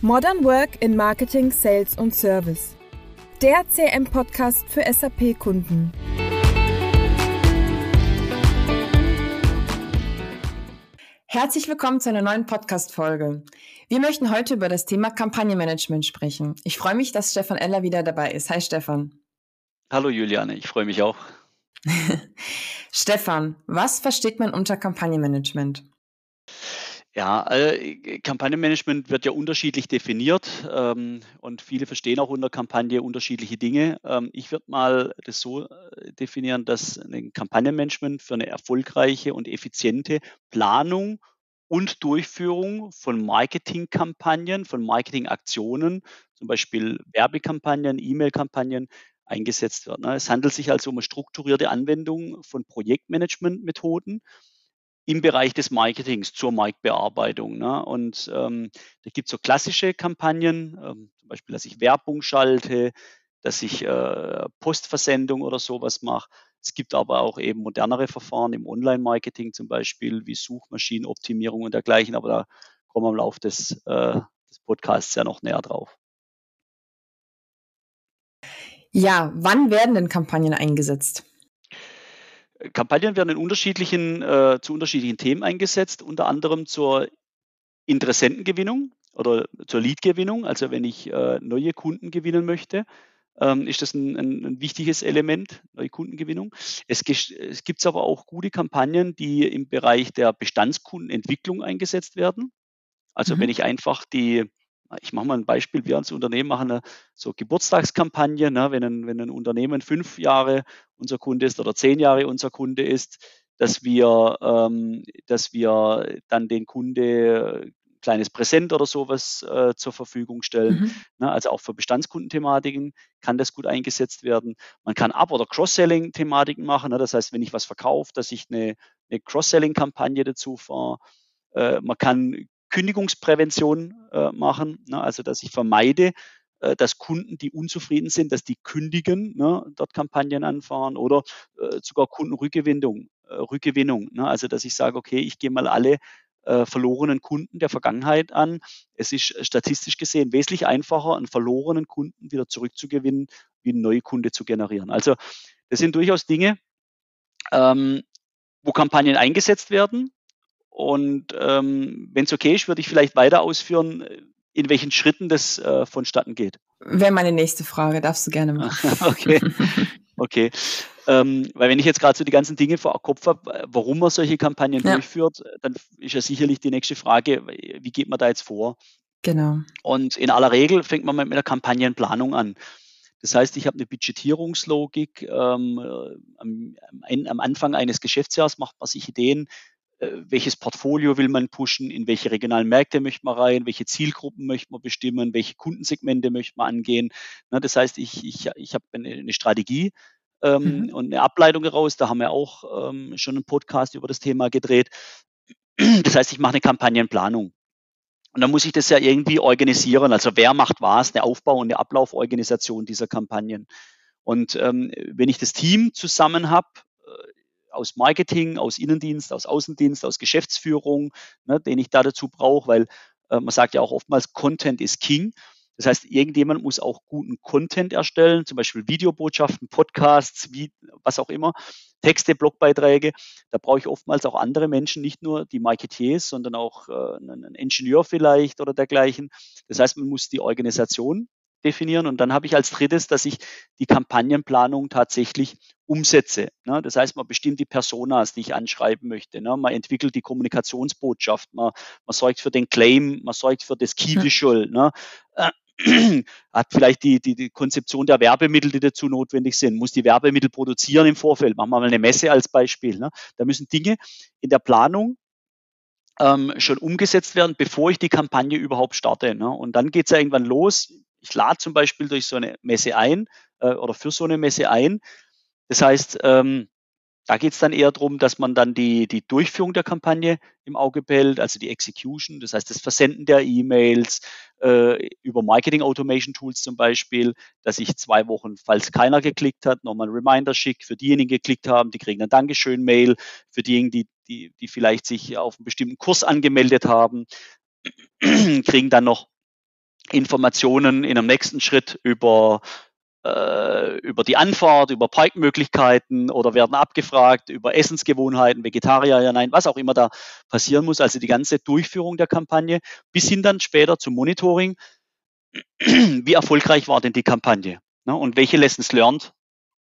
Modern Work in Marketing, Sales und Service. Der CRM-Podcast für SAP-Kunden. Herzlich willkommen zu einer neuen Podcast-Folge. Wir möchten heute über das Thema Kampagnenmanagement sprechen. Ich freue mich, dass Stefan Eller wieder dabei ist. Hi Stefan. Hallo Juliane, ich freue mich auch. Stefan, was versteht man unter Kampagnenmanagement? Ja, Kampagnenmanagement wird ja unterschiedlich definiert und viele verstehen auch unter Kampagne unterschiedliche Dinge. Ich würde mal das so definieren, dass ein Kampagnenmanagement für eine erfolgreiche und effiziente Planung und Durchführung von Marketingkampagnen, von Marketingaktionen, zum Beispiel Werbekampagnen, E-Mail-Kampagnen, eingesetzt wird. Es handelt sich also um eine strukturierte Anwendung von Projektmanagementmethoden im Bereich des Marketings zur Marktbearbeitung. Und da gibt es so klassische Kampagnen, zum Beispiel, dass ich Werbung schalte, dass ich Postversendung oder sowas mache. Es gibt aber auch eben modernere Verfahren im Online-Marketing zum Beispiel, wie Suchmaschinenoptimierung und dergleichen. Aber da kommen wir im Laufe des Podcasts ja noch näher drauf. Ja, wann werden denn Kampagnen eingesetzt? Kampagnen werden zu unterschiedlichen Themen eingesetzt, unter anderem zur Interessentengewinnung oder zur Leadgewinnung. Also wenn ich neue Kunden gewinnen möchte, ist das ein wichtiges Element, neue Kundengewinnung. Es gibt aber auch gute Kampagnen, die im Bereich der Bestandskundenentwicklung eingesetzt werden. Also wenn ich einfach ich mache mal ein Beispiel, wir als Unternehmen machen so Geburtstagskampagne, wenn ein Unternehmen 5 Jahre unser Kunde ist oder 10 Jahre unser Kunde ist, dass wir dann den Kunde ein kleines Präsent oder sowas zur Verfügung stellen. Also auch für Bestandskundenthematiken kann das gut eingesetzt werden. Man kann Up- oder Cross-Selling-Thematiken machen. Das heißt, wenn ich was verkaufe, dass ich eine Cross-Selling-Kampagne dazu fahre. Man kann Kündigungsprävention machen, also dass ich vermeide, dass Kunden, die unzufrieden sind, dass die kündigen, dort Kampagnen anfahren oder sogar Kundenrückgewinnung, also dass ich sage, okay, ich gehe mal alle verlorenen Kunden der Vergangenheit an. Es ist statistisch gesehen wesentlich einfacher, einen verlorenen Kunden wieder zurückzugewinnen, wie einen neuen Kunde zu generieren. Also das sind durchaus Dinge, wo Kampagnen eingesetzt werden. Und wenn es okay ist, würde ich vielleicht weiter ausführen, in welchen Schritten das vonstatten geht. Wäre meine nächste Frage, darfst du gerne machen. Okay. Weil wenn ich jetzt gerade so die ganzen Dinge vor Kopf habe, warum man solche Kampagnen durchführt, dann ist ja sicherlich die nächste Frage, wie geht man da jetzt vor? Genau. Und in aller Regel fängt man mit einer Kampagnenplanung an. Das heißt, ich habe eine Budgetierungslogik. Am Anfang eines Geschäftsjahres macht man sich Ideen, welches Portfolio will man pushen, in welche regionalen Märkte möchte man rein, welche Zielgruppen möchte man bestimmen, welche Kundensegmente möchte man angehen. Das heißt, ich habe eine Strategie und eine Ableitung daraus. Da haben wir auch schon einen Podcast über das Thema gedreht. Das heißt, ich mache eine Kampagnenplanung. Und dann muss ich das ja irgendwie organisieren. Also wer macht was, eine Aufbau- und eine Ablauforganisation dieser Kampagnen. Und wenn ich das Team zusammen habe, aus Marketing, aus Innendienst, aus Außendienst, aus Geschäftsführung, den ich da dazu brauche, weil man sagt ja auch oftmals, Content is King. Das heißt, irgendjemand muss auch guten Content erstellen, zum Beispiel Videobotschaften, Podcasts, was auch immer, Texte, Blogbeiträge. Da brauche ich oftmals auch andere Menschen, nicht nur die Marketeers, sondern auch einen Ingenieur vielleicht oder dergleichen. Das heißt, man muss die Organisation definieren und dann habe ich als drittes, dass ich die Kampagnenplanung tatsächlich umsetze. Das heißt, man bestimmt die Personas, die ich anschreiben möchte. Man entwickelt die Kommunikationsbotschaft, man sorgt für den Claim, man sorgt für das Key Visual. Hat vielleicht die Konzeption der Werbemittel, die dazu notwendig sind, muss die Werbemittel produzieren im Vorfeld. Machen wir mal eine Messe als Beispiel. Da müssen Dinge in der Planung schon umgesetzt werden, bevor ich die Kampagne überhaupt starte. Und dann geht es ja irgendwann los. Ich lade zum Beispiel durch so eine Messe ein oder für so eine Messe ein. Das heißt, da geht es dann eher darum, dass man dann die Durchführung der Kampagne im Auge behält, also die Execution, das heißt das Versenden der E-Mails über Marketing-Automation-Tools zum Beispiel, dass ich 2 Wochen, falls keiner geklickt hat, nochmal einen Reminder schicke. Für diejenigen, die geklickt haben, die kriegen ein Dankeschön-Mail. Für diejenigen, die vielleicht sich auf einen bestimmten Kurs angemeldet haben, kriegen dann noch Informationen in einem nächsten Schritt über die Anfahrt, über Parkmöglichkeiten oder werden abgefragt über Essensgewohnheiten, Vegetarier, ja, nein, was auch immer da passieren muss. Also die ganze Durchführung der Kampagne bis hin dann später zum Monitoring. Wie erfolgreich war denn die Kampagne? Ne? Und welche Lessons learned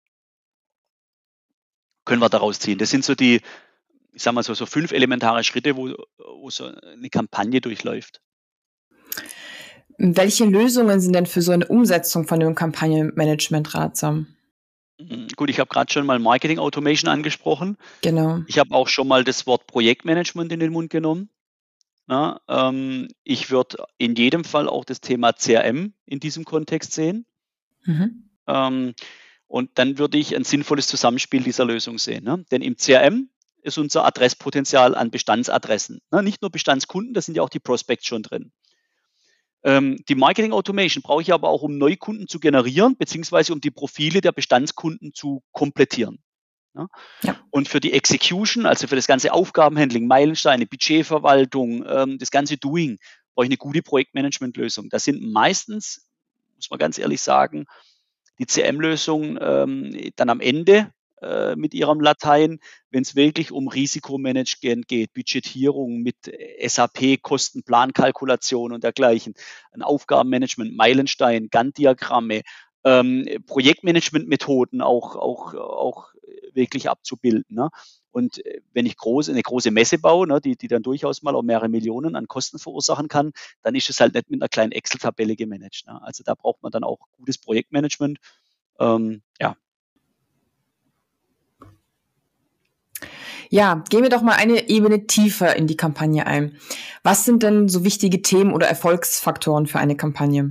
können wir daraus ziehen? Das sind so die, ich sag mal so 5 elementare Schritte, wo so eine Kampagne durchläuft. Welche Lösungen sind denn für so eine Umsetzung von dem Kampagnenmanagement ratsam? Gut, ich habe gerade schon mal Marketing Automation angesprochen. Genau. Ich habe auch schon mal das Wort Projektmanagement in den Mund genommen. Ja, ich würde in jedem Fall auch das Thema CRM in diesem Kontext sehen. Mhm. Und dann würde ich ein sinnvolles Zusammenspiel dieser Lösung sehen. Ne? Denn im CRM ist unser Adresspotenzial an Bestandsadressen. Ne? Nicht nur Bestandskunden, da sind ja auch die Prospects schon drin. Die Marketing Automation brauche ich aber auch, um Neukunden zu generieren, beziehungsweise um die Profile der Bestandskunden zu komplettieren. Ja? Ja. Und für die Execution, also für das ganze Aufgabenhandling, Meilensteine, Budgetverwaltung, das ganze Doing, brauche ich eine gute Projektmanagementlösung. Das sind meistens, muss man ganz ehrlich sagen, die CM-Lösung dann am Ende mit ihrem Latein, wenn es wirklich um Risikomanagement geht, Budgetierung mit SAP, Kostenplankalkulation und dergleichen, ein Aufgabenmanagement, Meilenstein, Gantt-Diagramme, Projektmanagementmethoden auch wirklich abzubilden. Ne? Und wenn ich eine große Messe baue, ne, die dann durchaus mal auch mehrere Millionen an Kosten verursachen kann, dann ist es halt nicht mit einer kleinen Excel-Tabelle gemanagt. Ne? Also da braucht man dann auch gutes Projektmanagement. Ja. Ja, gehen wir doch mal eine Ebene tiefer in die Kampagne ein. Was sind denn so wichtige Themen oder Erfolgsfaktoren für eine Kampagne?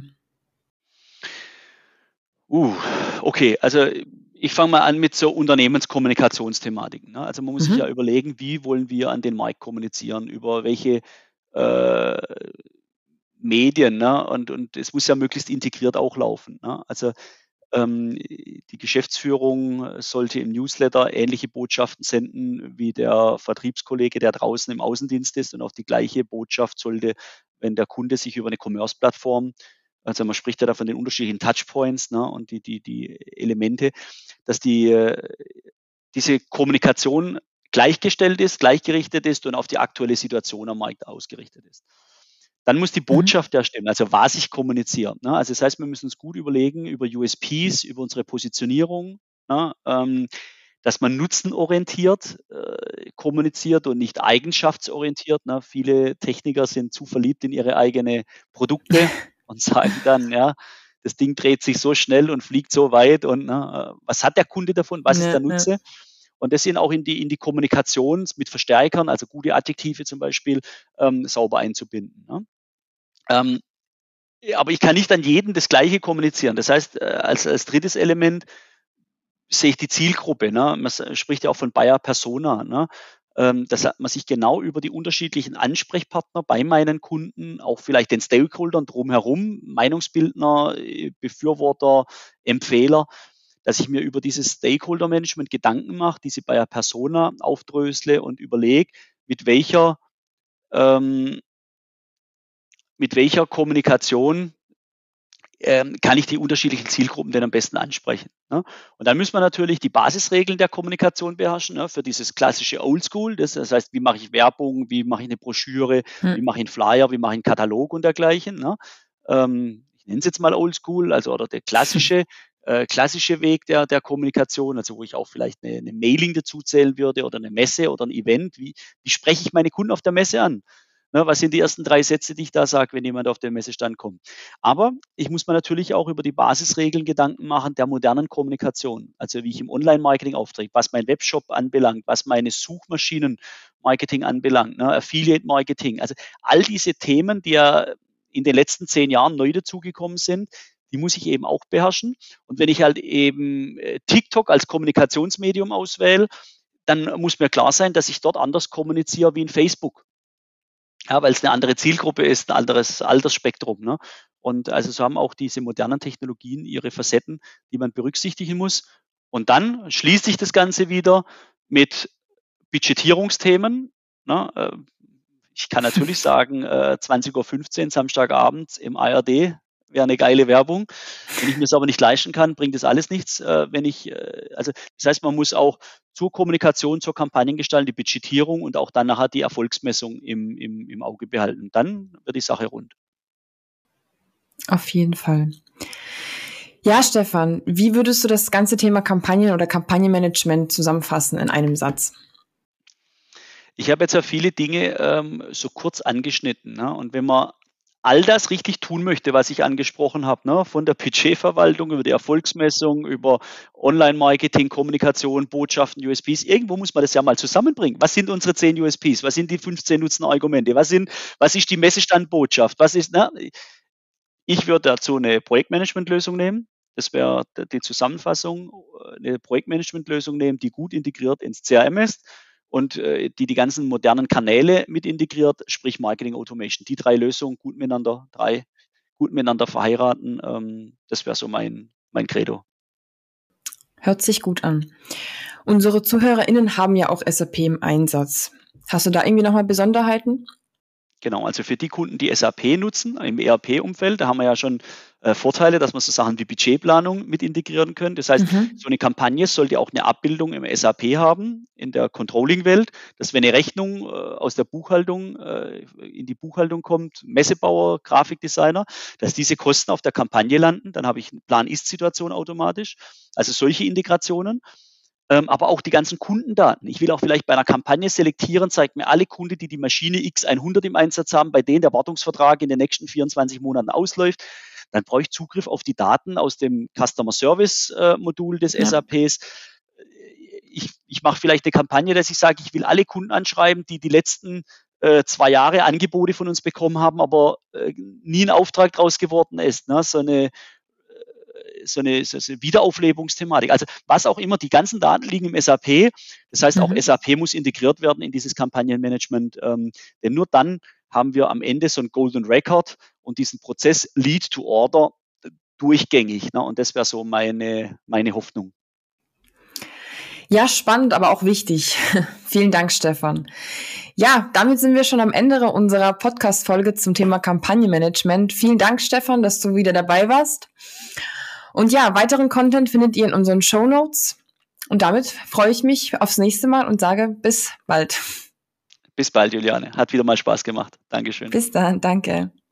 Okay, also ich fange mal an mit so Unternehmenskommunikationsthematiken. Ne? Also man muss sich ja Mhm. überlegen, wie wollen wir an den Markt kommunizieren, über welche äh, Medien, ne? Und es muss ja möglichst integriert auch laufen. Ne? Also die Geschäftsführung sollte im Newsletter ähnliche Botschaften senden wie der Vertriebskollege, der draußen im Außendienst ist. Und auch die gleiche Botschaft sollte, wenn der Kunde sich über eine Commerce-Plattform, also man spricht ja da von den unterschiedlichen Touchpoints, ne, und die Elemente, dass diese Kommunikation gleichgestellt ist, gleichgerichtet ist und auf die aktuelle Situation am Markt ausgerichtet ist. Dann muss die Mhm. Botschaft ja stimmen, also was ich kommuniziere. Ne? Also das heißt, wir müssen uns gut überlegen über USPs, über unsere Positionierung, ne? Dass man nutzenorientiert kommuniziert und nicht eigenschaftsorientiert. Ne? Viele Techniker sind zu verliebt in ihre eigenen Produkte und sagen dann, ja, das Ding dreht sich so schnell und fliegt so weit und ne, was hat der Kunde davon, was ist der Ja, ja. Nutze? Und das sind auch in die Kommunikation mit Verstärkern, also gute Adjektive zum Beispiel, sauber einzubinden. Ne? Ähm, ja, aber ich kann nicht an jeden das Gleiche kommunizieren. Das heißt, als drittes Element sehe ich die Zielgruppe. Ne? Man spricht ja auch von Buyer Persona. Ne? Dass man sich genau über die unterschiedlichen Ansprechpartner bei meinen Kunden, auch vielleicht den Stakeholdern drumherum, Meinungsbildner, Befürworter, Empfehler, dass ich mir über dieses Stakeholder-Management Gedanken mache, diese Buyer Persona aufdrösle und überlege, ähm, mit welcher Kommunikation kann ich die unterschiedlichen Zielgruppen denn am besten ansprechen. Ne? Und dann müssen wir natürlich die Basisregeln der Kommunikation beherrschen, ne? Für dieses klassische Oldschool. Das heißt, wie mache ich Werbung, wie mache ich eine Broschüre, wie Hm. mache ich einen Flyer, wie mache ich einen Katalog und dergleichen. Ne? Ich nenne es jetzt mal Oldschool, also oder der klassische Weg der Kommunikation, also wo ich auch vielleicht eine Mailing dazu zählen würde oder eine Messe oder ein Event. Wie spreche ich meine Kunden auf der Messe an? Ne, was sind die ersten 3 Sätze, die ich da sage, wenn jemand auf den Messestand kommt? Aber ich muss mir natürlich auch über die Basisregeln Gedanken machen der modernen Kommunikation. Also wie ich im Online-Marketing auftrete, was mein Webshop anbelangt, was meine Suchmaschinen-Marketing anbelangt, ne, Affiliate-Marketing. Also all diese Themen, die ja in den letzten 10 Jahren neu dazugekommen sind, die muss ich eben auch beherrschen. Und wenn ich halt eben TikTok als Kommunikationsmedium auswähle, dann muss mir klar sein, dass ich dort anders kommuniziere wie in Facebook. Ja, weil es eine andere Zielgruppe ist, ein anderes Altersspektrum. Ne? Und also so haben auch diese modernen Technologien ihre Facetten, die man berücksichtigen muss. Und dann schließt sich das Ganze wieder mit Budgetierungsthemen. Ne? Ich kann natürlich sagen, 20:15 Uhr Samstagabend im ARD wäre eine geile Werbung. Wenn ich mir es aber nicht leisten kann, bringt das alles nichts. Also das heißt, man muss auch zur Kommunikation, zur Kampagnengestaltung, die Budgetierung und auch dann nachher die Erfolgsmessung im Auge behalten. Dann wird die Sache rund. Auf jeden Fall. Ja, Stefan, wie würdest du das ganze Thema Kampagnen oder Kampagnenmanagement zusammenfassen in einem Satz? Ich habe jetzt ja viele Dinge so kurz angeschnitten. Ne? Und wenn man all das richtig tun möchte, was ich angesprochen habe, ne? Von der Budgetverwaltung über die Erfolgsmessung, über Online-Marketing, Kommunikation, Botschaften, USPs, irgendwo muss man das ja mal zusammenbringen. Was sind unsere 10 USPs? Was sind die 15 Nutzenargumente? Was ist die Messestandbotschaft? Ich würde dazu eine Projektmanagementlösung nehmen. Das wäre die Zusammenfassung, eine Projektmanagementlösung nehmen, die gut integriert ins CRM ist und die ganzen modernen Kanäle mit integriert, sprich Marketing Automation. Die 3 Lösungen gut miteinander verheiraten, das wäre so mein Credo. Hört sich gut an. Unsere ZuhörerInnen haben ja auch SAP im Einsatz. Hast du da irgendwie nochmal Besonderheiten? Genau, also für die Kunden, die SAP nutzen im ERP-Umfeld, da haben wir ja schon Vorteile, dass man so Sachen wie Budgetplanung mit integrieren können. Das heißt, so eine Kampagne sollte auch eine Abbildung im SAP haben, in der Controlling-Welt, dass wenn eine Rechnung aus der Buchhaltung in die Buchhaltung kommt, Messebauer, Grafikdesigner, dass diese Kosten auf der Kampagne landen, dann habe ich eine Plan-Ist-Situation automatisch. Also solche Integrationen. Aber auch die ganzen Kundendaten. Ich will auch vielleicht bei einer Kampagne selektieren, zeigt mir alle Kunden, die Maschine X100 im Einsatz haben, bei denen der Wartungsvertrag in den nächsten 24 Monaten ausläuft. Dann brauche ich Zugriff auf die Daten aus dem Customer Service Modul des SAPs. Ich mache vielleicht eine Kampagne, dass ich sage, ich will alle Kunden anschreiben, die letzten 2 Jahre Angebote von uns bekommen haben, aber nie ein Auftrag draus geworden ist. Ne? So eine Wiederauflebungsthematik. Also was auch immer, die ganzen Daten liegen im SAP. Das heißt, auch SAP muss integriert werden in dieses Kampagnenmanagement. Denn nur dann haben wir am Ende so einen Golden Record und diesen Prozess Lead to Order durchgängig. Ne? Und das wäre so meine Hoffnung. Ja, spannend, aber auch wichtig. Vielen Dank, Stefan. Ja, damit sind wir schon am Ende unserer Podcast-Folge zum Thema Kampagnenmanagement. Vielen Dank, Stefan, dass du wieder dabei warst. Und ja, weiteren Content findet ihr in unseren Shownotes. Und damit freue ich mich aufs nächste Mal und sage bis bald. Bis bald, Juliane. Hat wieder mal Spaß gemacht. Dankeschön. Bis dann, danke.